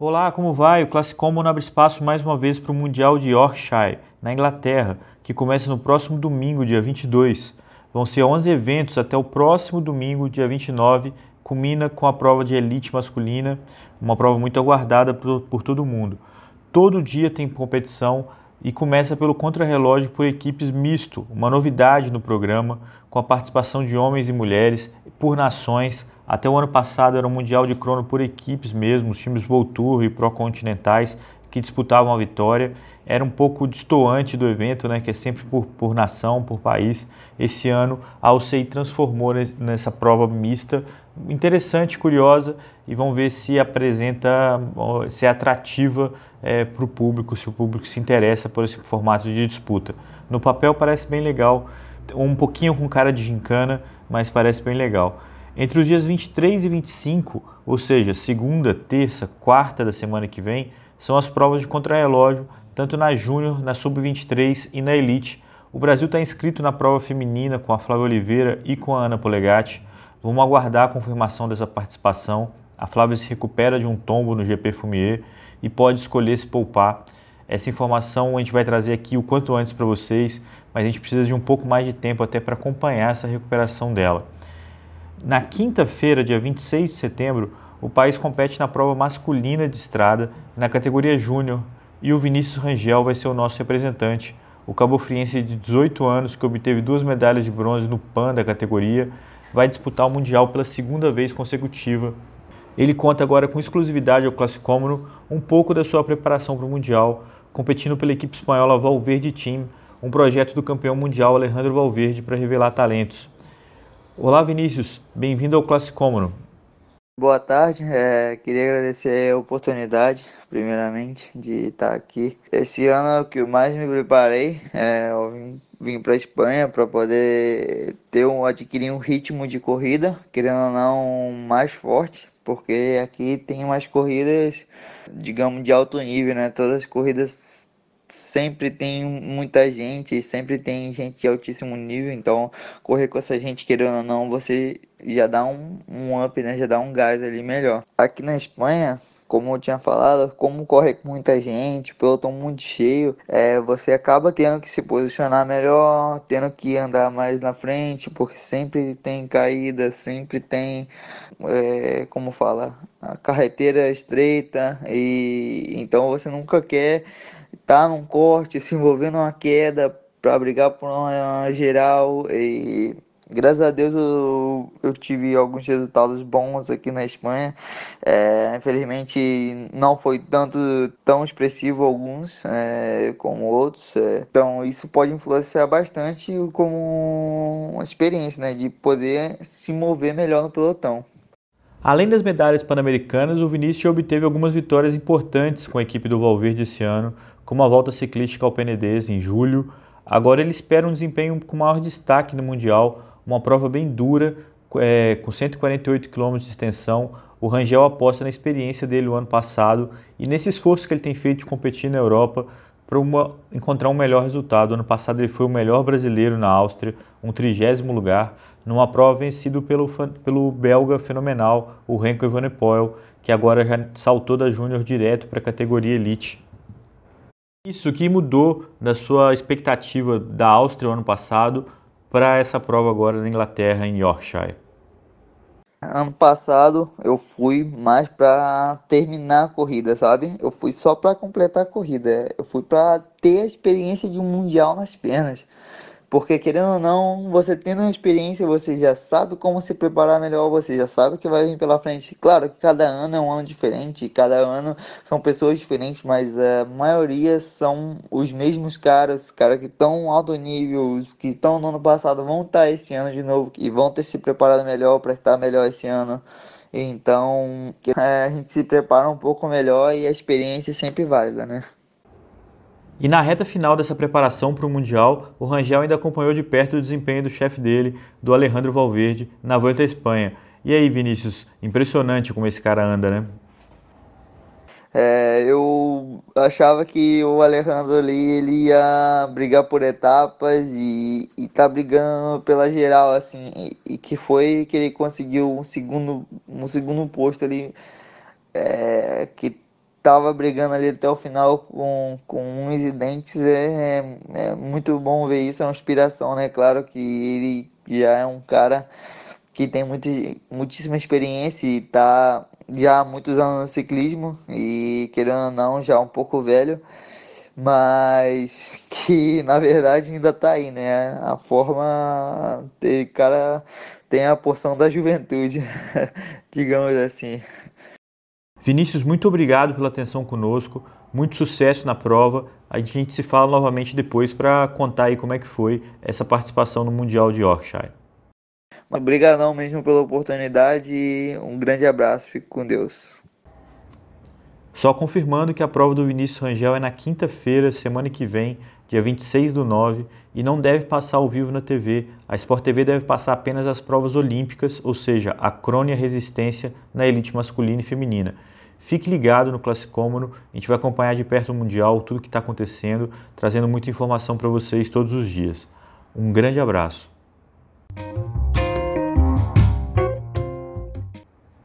Olá, como vai? O Classicommo abre espaço mais uma vez para o Mundial de Yorkshire, na Inglaterra, que começa no próximo domingo, dia 22. Vão ser 11 eventos até o próximo domingo, dia 29, culmina com a prova de elite masculina, uma prova muito aguardada por todo mundo. Todo dia tem competição e começa pelo contrarrelógio por equipes misto, uma novidade no programa, com a participação de homens e mulheres por nações. Até o ano passado era um mundial de crono por equipes mesmo, os times World Tour e Pro Continentais que disputavam a vitória. Era um pouco destoante do evento, né, que é sempre por nação, por país. Esse ano a UCI transformou nessa prova mista, interessante, curiosa, e vamos ver se apresenta, se é atrativa para o público, se o público se interessa por esse formato de disputa. No papel parece bem legal, um pouquinho com cara de gincana, mas parece bem legal. Entre os dias 23 e 25, ou seja, segunda, terça, quarta da semana que vem, são as provas de contrarrelógio, tanto na Júnior, na Sub-23 e na Elite. O Brasil está inscrito na prova feminina com a Flávia Oliveira e com a Ana Polegatti. Vamos aguardar a confirmação dessa participação. A Flávia se recupera de um tombo no GP Fumier e pode escolher se poupar. Essa informação a gente vai trazer aqui o quanto antes para vocês, mas a gente precisa de um pouco mais de tempo até para acompanhar essa recuperação dela. Na quinta-feira, dia 26 de setembro, o país compete na prova masculina de estrada, na categoria Júnior, e o Vinícius Rangel vai ser o nosso representante. O cabofriense de 18 anos, que obteve 2 medalhas de bronze no PAN da categoria, vai disputar o Mundial pela segunda vez consecutiva. Ele conta agora com exclusividade ao Classicommo um pouco da sua preparação para o Mundial, competindo pela equipe espanhola Valverde Team, um projeto do campeão mundial Alejandro Valverde para revelar talentos. Olá Vinícius, bem-vindo ao Classicommo. Boa tarde, queria agradecer a oportunidade, primeiramente, de estar aqui. Esse ano é o que eu mais me preparei, eu vim para a Espanha para poder adquirir um ritmo de corrida, querendo ou não, mais forte, porque aqui tem umas corridas, digamos, de alto nível, né? Todas as corridas sempre tem muita gente, sempre tem gente de altíssimo nível, então correr com essa gente, querendo ou não, você já dá um up, né? Já dá um gás ali melhor. Aqui na Espanha, como eu tinha falado, como corre com muita gente, o pelotão muito cheio, você acaba tendo que se posicionar melhor, tendo que andar mais na frente, porque sempre tem caída, sempre tem, como fala, a carreteira estreita, e então você nunca quer estar num corte, se envolver numa queda para brigar por uma geral. E graças a Deus eu tive alguns resultados bons aqui na Espanha. Infelizmente não foi tão expressivo alguns como outros. Então isso pode influenciar bastante como uma experiência, né, de poder se mover melhor no pelotão. Além das medalhas pan-americanas, o Vinícius obteve algumas vitórias importantes com a equipe do Valverde esse ano, como a volta ciclística ao Penedès em julho. Agora ele espera um desempenho com maior destaque no Mundial, uma prova bem dura, com 148 km de extensão. O Rangel aposta na experiência dele o ano passado e nesse esforço que ele tem feito de competir na Europa para encontrar um melhor resultado. Ano passado ele foi o melhor brasileiro na Áustria, um 30º lugar, numa prova vencido pelo belga fenomenal, o Remco Evenepoel, que agora já saltou da Júnior direto para a categoria Elite. Isso que mudou da sua expectativa da Áustria ano passado para essa prova agora na Inglaterra, em Yorkshire. Ano passado eu fui mais pra terminar a corrida, sabe? Eu fui só pra completar a corrida. Eu fui pra ter a experiência de um mundial nas pernas. Porque querendo ou não, você tendo uma experiência, você já sabe como se preparar melhor, você já sabe o que vai vir pela frente. Claro que cada ano é um ano diferente, cada ano são pessoas diferentes, mas a maioria são os mesmos caras que estão alto nível, os que estão no ano passado vão estar esse ano de novo e vão ter se preparado melhor para estar melhor esse ano. Então, a gente se prepara um pouco melhor e a experiência é sempre válida, né? E na reta final dessa preparação para o Mundial, o Rangel ainda acompanhou de perto o desempenho do chefe dele, do Alejandro Valverde, na Volta à Espanha. E aí, Vinícius, impressionante como esse cara anda, né? Eu achava que o Alejandro ali ele ia brigar por etapas e tá brigando pela geral assim e que foi que ele conseguiu um segundo posto ali, que tava brigando ali até o final com unhas e dentes. É muito bom ver isso, é uma inspiração, né? Claro que ele já é um cara que tem muitíssima experiência e tá já há muitos anos no ciclismo e, querendo ou não, já um pouco velho, mas que na verdade ainda tá aí, né? A forma, o cara tem a porção da juventude, digamos assim. Vinícius, muito obrigado pela atenção conosco, muito sucesso na prova. A gente se fala novamente depois para contar aí como é que foi essa participação no Mundial de Yorkshire. Obrigadão mesmo pela oportunidade e um grande abraço, fico com Deus. Só confirmando que a prova do Vinícius Rangel é na quinta-feira, semana que vem, dia 26/9, e não deve passar ao vivo na TV. A Sport TV deve passar apenas as provas olímpicas, ou seja, a crônia e a resistência na elite masculina e feminina. Fique ligado no Classicômono, a gente vai acompanhar de perto o Mundial, tudo que está acontecendo, trazendo muita informação para vocês todos os dias. Um grande abraço.